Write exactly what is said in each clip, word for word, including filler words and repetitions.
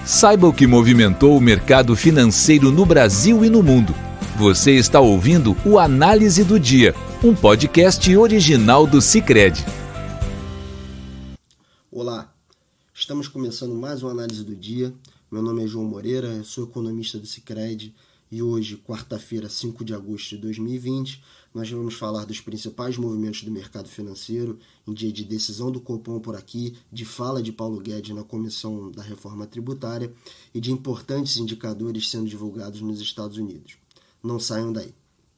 Saiba o que movimentou o mercado financeiro no Brasil e no mundo. Você está ouvindo o Análise do Dia, um podcast original do Sicredi. Olá, estamos começando mais uma Análise do Dia. Meu nome é João Moreira, eu sou economista do Sicredi e hoje, quarta-feira, cinco de agosto de dois mil e vinte, nós vamos falar dos principais movimentos do mercado financeiro em dia de decisão do Copom por aqui, de fala de Paulo Guedes na Comissão da Reforma Tributária e de importantes indicadores sendo divulgados nos Estados Unidos. Não saiam daí.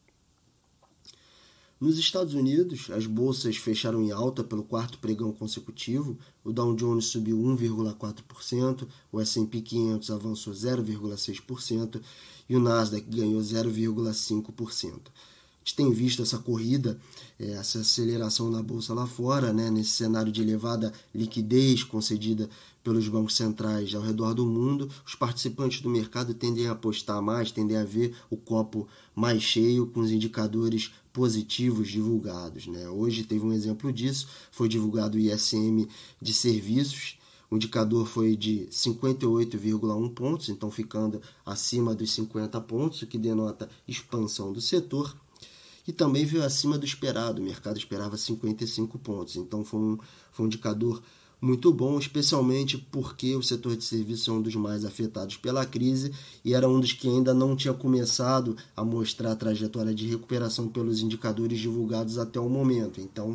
Nos Estados Unidos, as bolsas fecharam em alta pelo quarto pregão consecutivo. O Dow Jones subiu um vírgula quatro por cento, o S and P quinhentos avançou zero vírgula seis por cento e o Nasdaq ganhou zero vírgula cinco por cento. A gente tem visto essa corrida, essa aceleração na bolsa lá fora, né, nesse cenário de elevada liquidez concedida pelos bancos centrais ao redor do mundo. Os participantes do mercado tendem a apostar mais, tendem a ver o copo mais cheio com os indicadores positivos divulgados, né? Hoje teve um exemplo disso, foi divulgado o I S M de serviços. O indicador foi de cinquenta e oito vírgula um pontos, então ficando acima dos cinquenta pontos, o que denota expansão do setor. E também veio acima do esperado, o mercado esperava cinquenta e cinco pontos, então foi um, foi um indicador muito bom, especialmente porque o setor de serviços é um dos mais afetados pela crise e era um dos que ainda não tinha começado a mostrar a trajetória de recuperação pelos indicadores divulgados até o momento, então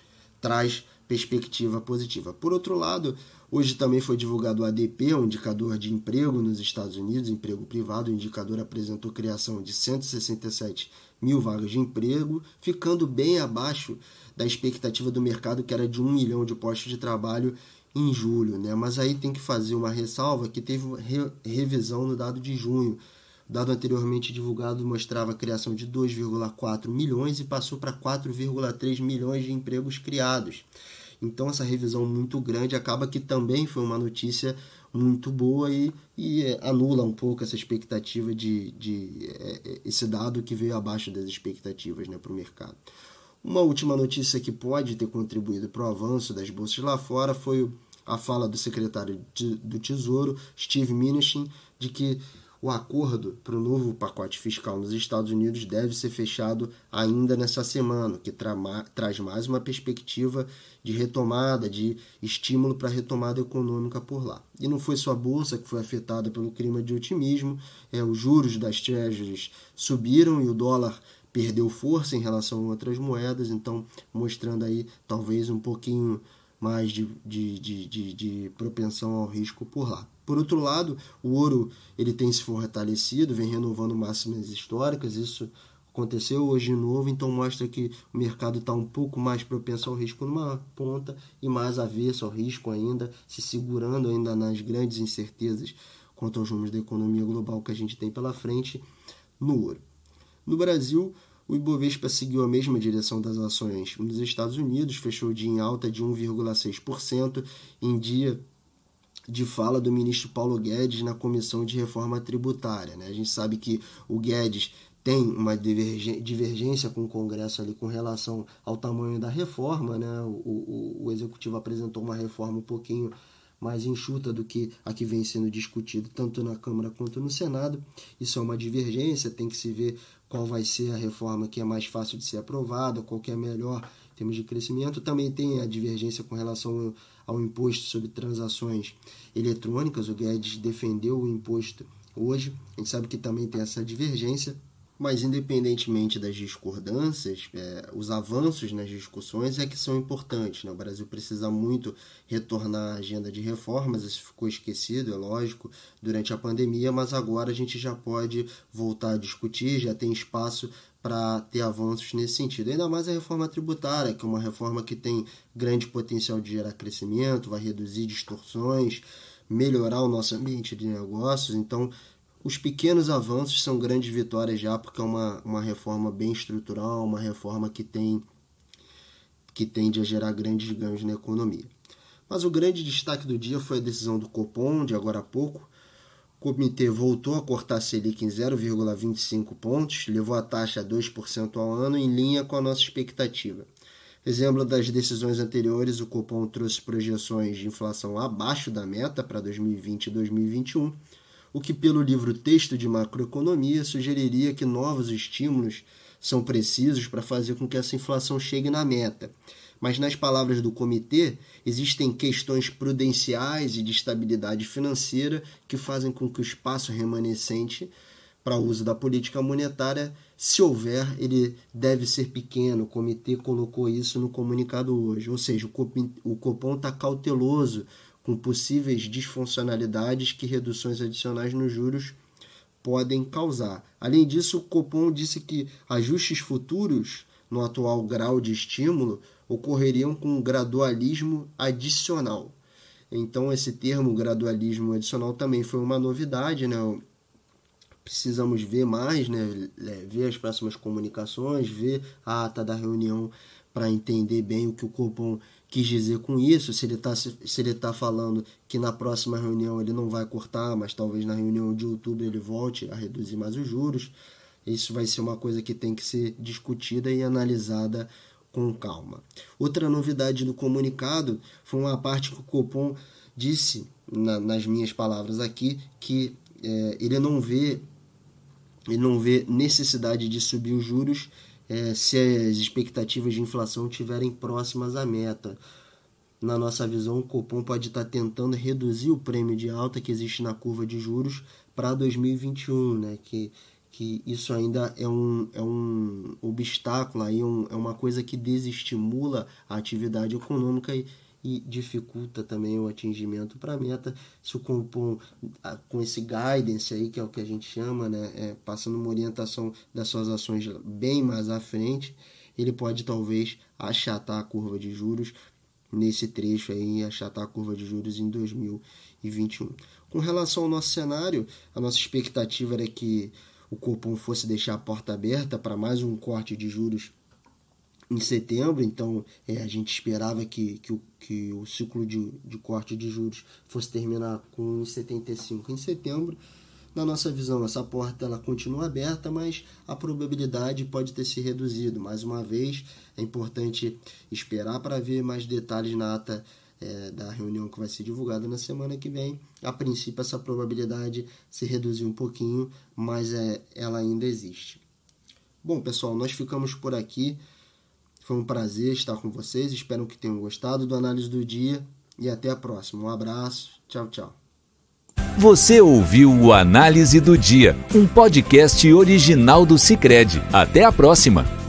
traz perspectiva positiva. Por outro lado, hoje também foi divulgado o A D P, um indicador de emprego nos Estados Unidos, emprego privado. O indicador apresentou criação de cento e sessenta e sete mil vagas de emprego, ficando bem abaixo da expectativa do mercado, que era de um milhão de postos de trabalho em julho, né? Mas aí tem que fazer uma ressalva que teve re- revisão no dado de junho. O dado anteriormente divulgado mostrava a criação de dois vírgula quatro milhões e passou para quatro vírgula três milhões de empregos criados. Então essa revisão muito grande acaba que também foi uma notícia muito boa e, e é, anula um pouco essa expectativa de, de é, esse dado que veio abaixo das expectativas, né, para o mercado. Uma última notícia que pode ter contribuído para o avanço das bolsas lá fora foi a fala do secretário de, do Tesouro, Steve Mnuchin, de que o acordo para o novo pacote fiscal nos Estados Unidos deve ser fechado ainda nessa semana, o que tra- traz mais uma perspectiva de retomada, de estímulo para a retomada econômica por lá. E não foi só a bolsa que foi afetada pelo clima de otimismo, é, os juros das treasuries subiram e o dólar perdeu força em relação a outras moedas, então mostrando aí talvez um pouquinho mais de, de, de, de, de propensão ao risco por lá. Por outro lado, o ouro ele tem se fortalecido, vem renovando máximas históricas, isso aconteceu hoje de novo, então mostra que o mercado está um pouco mais propenso ao risco numa ponta e mais avesso ao risco ainda, se segurando ainda nas grandes incertezas quanto aos rumos da economia global que a gente tem pela frente no ouro. No Brasil, o Ibovespa seguiu a mesma direção das ações nos Estados Unidos, fechou o dia em alta de um vírgula seis por cento em dia de fala do ministro Paulo Guedes na Comissão de Reforma Tributária, né? A gente sabe que o Guedes tem uma divergência com o Congresso ali com relação ao tamanho da reforma, né? O, o, o Executivo apresentou uma reforma um pouquinho mais enxuta do que a que vem sendo discutido tanto na Câmara quanto no Senado. Isso é uma divergência, tem que se ver qual vai ser a reforma que é mais fácil de ser aprovada, qual que é melhor em termos de crescimento. Também tem a divergência com relação ao, ao imposto sobre transações eletrônicas. O Guedes defendeu o imposto hoje, a gente sabe que também tem essa divergência. Mas, independentemente das discordâncias, é, os avanços nas discussões é que são importantes, né? O Brasil precisa muito retornar à agenda de reformas, isso ficou esquecido, é lógico, durante a pandemia, mas agora a gente já pode voltar a discutir, já tem espaço para ter avanços nesse sentido. Ainda mais a reforma tributária, que é uma reforma que tem grande potencial de gerar crescimento, vai reduzir distorções, melhorar o nosso ambiente de negócios, então os pequenos avanços são grandes vitórias já, porque é uma, uma reforma bem estrutural, uma reforma que, tem, que tende a gerar grandes ganhos na economia. Mas o grande destaque do dia foi a decisão do Copom, de agora a pouco. O comitê voltou a cortar a Selic em zero vírgula vinte e cinco pontos, levou a taxa a dois por cento ao ano, em linha com a nossa expectativa. Exemplo das decisões anteriores, o Copom trouxe projeções de inflação abaixo da meta para dois mil e vinte e dois mil e vinte e um, o que pelo livro Texto de Macroeconomia sugeriria que novos estímulos são precisos para fazer com que essa inflação chegue na meta. Mas nas palavras do comitê, existem questões prudenciais e de estabilidade financeira que fazem com que o espaço remanescente para o uso da política monetária, se houver, ele deve ser pequeno. O comitê colocou isso no comunicado hoje. Ou seja, o Copom está cauteloso com possíveis disfuncionalidades que reduções adicionais nos juros podem causar. Além disso, o Copom disse que ajustes futuros no atual grau de estímulo ocorreriam com um gradualismo adicional. Então, esse termo gradualismo adicional também foi uma novidade, né? Precisamos ver mais, né? Ver as próximas comunicações, ver a ata da reunião para entender bem o que o Copom quis dizer com isso, se ele está se ele tá falando que na próxima reunião ele não vai cortar, mas talvez na reunião de outubro ele volte a reduzir mais os juros. Isso vai ser uma coisa que tem que ser discutida e analisada com calma. Outra novidade do comunicado foi uma parte que o Copom disse, na, nas minhas palavras aqui, que é, ele não vê ele não vê necessidade de subir os juros é, se as expectativas de inflação estiverem próximas à meta. Na nossa visão, o Copom pode estar tentando reduzir o prêmio de alta que existe na curva de juros para dois mil e vinte e um, né? que, que isso ainda é um, é um obstáculo, aí, um, é uma coisa que desestimula a atividade econômica e, e dificulta também o atingimento para a meta. Se o Copom, com esse guidance aí, que é o que a gente chama, né, é, passando uma orientação das suas ações bem mais à frente, ele pode talvez achatar a curva de juros nesse trecho aí, achatar a curva de juros em dois mil e vinte e um. Com relação ao nosso cenário, a nossa expectativa era que o Copom fosse deixar a porta aberta para mais um corte de juros em setembro, então é, a gente esperava que, que, o, que o ciclo de, de corte de juros fosse terminar com um vírgula setenta e cinco em setembro. Na nossa visão, essa porta ela continua aberta, mas a probabilidade pode ter se reduzido. Mais uma vez, é importante esperar para ver mais detalhes na ata é, da reunião que vai ser divulgada na semana que vem. A princípio, essa probabilidade se reduziu um pouquinho, mas é, ela ainda existe. Bom, pessoal, nós ficamos por aqui. Foi um prazer estar com vocês. Espero que tenham gostado do Análise do Dia e até a próxima. Um abraço. Tchau, tchau. Você ouviu o Análise do Dia, um podcast original do Sicredi. Até a próxima.